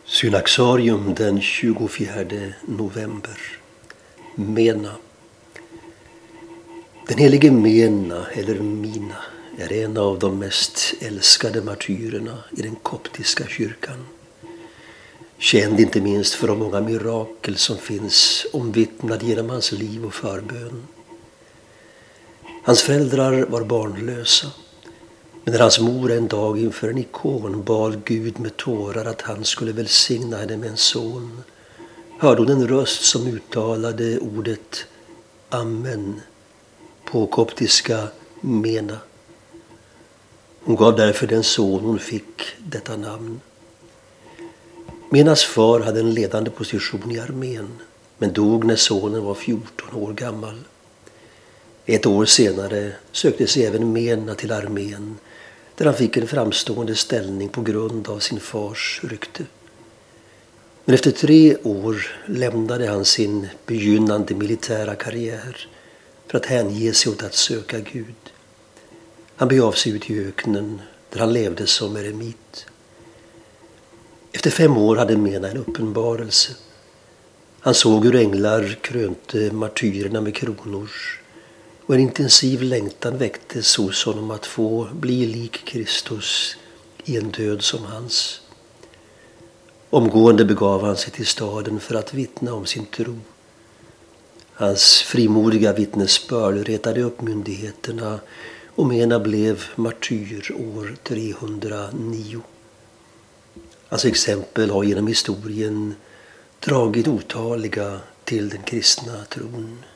Synaxarium den 24 november. Mena. Den helige Mena, eller Mina, är en av de mest älskade martyrerna i den koptiska kyrkan. Känd inte minst för de många mirakel som finns omvittnade genom hans liv och förbön. Hans föräldrar var barnlösa, men när hans mor en dag inför en ikon bad Gud med tårar att han skulle välsigna henne med en son, hörde hon en röst som uttalade ordet Amen, på koptiska Mena. Hon gav därför den son hon fick detta namn. Menas far hade en ledande position i armén, men dog när sonen var 14 år gammal. Ett år senare sökte sig även Mena till armén, där han fick en framstående ställning på grund av sin fars rykte. Men efter 3 år lämnade han sin begynnande militära karriär för att hänge sig åt att söka Gud. Han begav sig ut i öknen där han levde som eremit. Efter 5 år hade Mena en uppenbarelse. Han såg hur änglar krönte martyrerna med kronor, och en intensiv längtan väcktes hos honom att få bli lik Kristus i en död som hans. Omgående begav han sig till staden för att vittna om sin tro. Hans frimodiga vittnesbörd retade upp myndigheterna, och Mena blev martyr år 309. Hans exempel har genom historien dragit otaliga till den kristna tron.